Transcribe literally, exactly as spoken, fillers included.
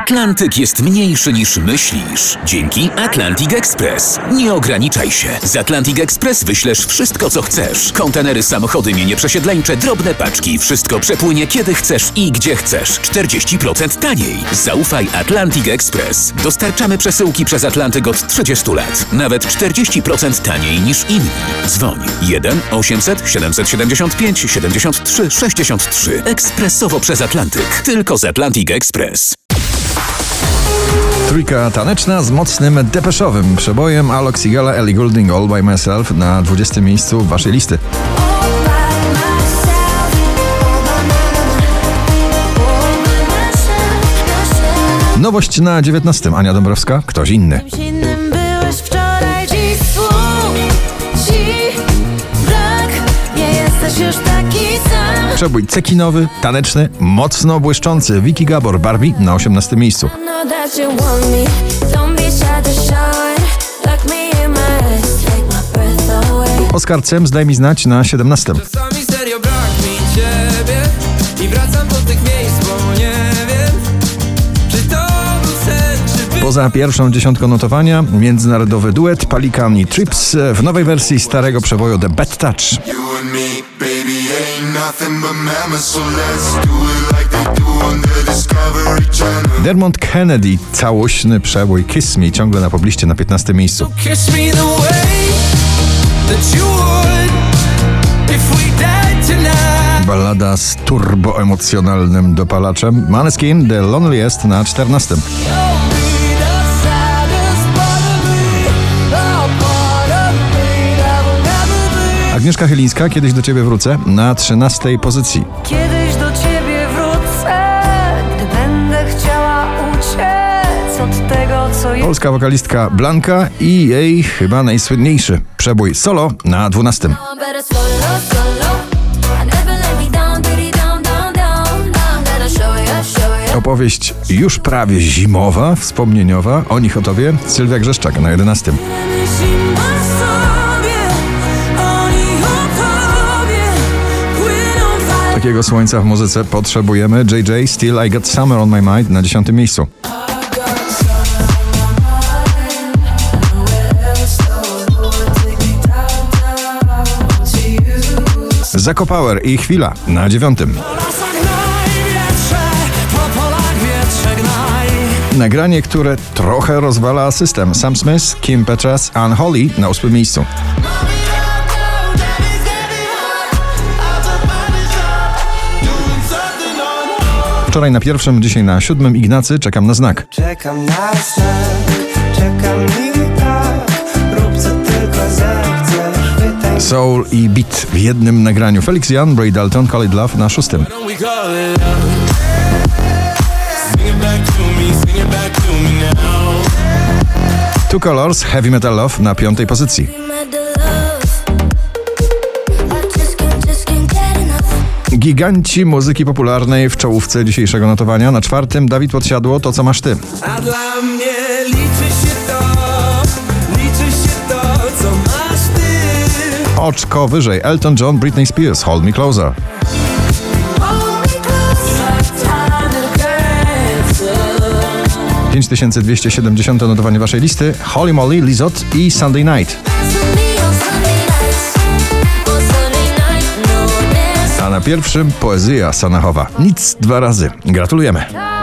Atlantyk jest mniejszy niż myślisz. Dzięki Atlantic Express. Nie ograniczaj się. Z Atlantic Express wyślesz wszystko, co chcesz. Kontenery, samochody, mienie przesiedleńcze, drobne paczki. Wszystko przepłynie kiedy chcesz i gdzie chcesz. czterdzieści procent taniej. Zaufaj Atlantic Express. Dostarczamy przesyłki przez Atlantyk od trzydziestu lat. Nawet czterdzieści procent taniej niż inni. Dzwoń jeden osiemset siedemset siedemdziesiąt pięć siedemdziesiąt trzy sześćdziesiąt trzy. Ekspresowo przez Atlantyk. Tylko z Atlantic Express. Trójka taneczna z mocnym depeszowym przebojem Alok Sigala, Ellie Goulding, All By Myself na dwudziestym miejscu waszej listy. Nowość na dziewiętnastym. Ania Dąbrowska, Ktoś inny. Przebój cekinowy, taneczny, mocno błyszczący. Vicky Gabor, Barbie na osiemnastym miejscu. Oskar Cem, Daj mi znać na siedemnastym. Czasami serio brak mi ciebie i wracam do tych miejsc, bo nie wiem, czy to był sen, czy by... Poza pierwszą dziesiątką notowania międzynarodowy duet Palikan i Trips w nowej wersji starego przeboju The Bad Touch. Dermot Kennedy, całośny przebój Kiss Me ciągle na pobliście na piętnastym miejscu. Ballada z turboemocjonalnym dopalaczem Måneskin, The Loneliest na czternastym. Agnieszka Chylińska, Kiedyś do ciebie wrócę na trzynastej pozycji. Kiedyś do ciebie wrócę, gdy będę chciała uciec od tego, co jest. Polska wokalistka Blanka i jej chyba najsłynniejszy przebój Solo na dwunastym. Opowieść już prawie zimowa, wspomnieniowa, o nich o tobie, Sylwia Grzeszczak na jedenastym. Takiego słońca w muzyce potrzebujemy. J J, Still I Got Summer on My Mind na dziesiątym miejscu. Zako Power i Chwila na dziewiątym. Nagranie, które trochę rozwala system. Sam Smith, Kim Petras, Unholy na ósmym miejscu. Wczoraj na pierwszym, dzisiaj na siódmym Ignacy, Czekam na znak. Czekam na znak, czekam i tak, rób co tylko zechcesz, wytaj... Soul i beat w jednym nagraniu. Felix Jan, Bray Dalton, Call It Love na szóstym. Two Colors, Heavy Metal Love na piątej pozycji. Giganci muzyki popularnej w czołówce dzisiejszego notowania. Na czwartym Dawid Podsiadło, To co masz ty. A dla mnie liczy się to, liczy się to, co masz ty. Oczko wyżej Elton John, Britney Spears, Hold Me Closer. pięć tysięcy dwieście siedemdziesiąte notowanie waszej listy. Holy Moly, Lizot i Sunday Night. A na pierwszym Poezja Sanachowa. Nic dwa razy. Gratulujemy.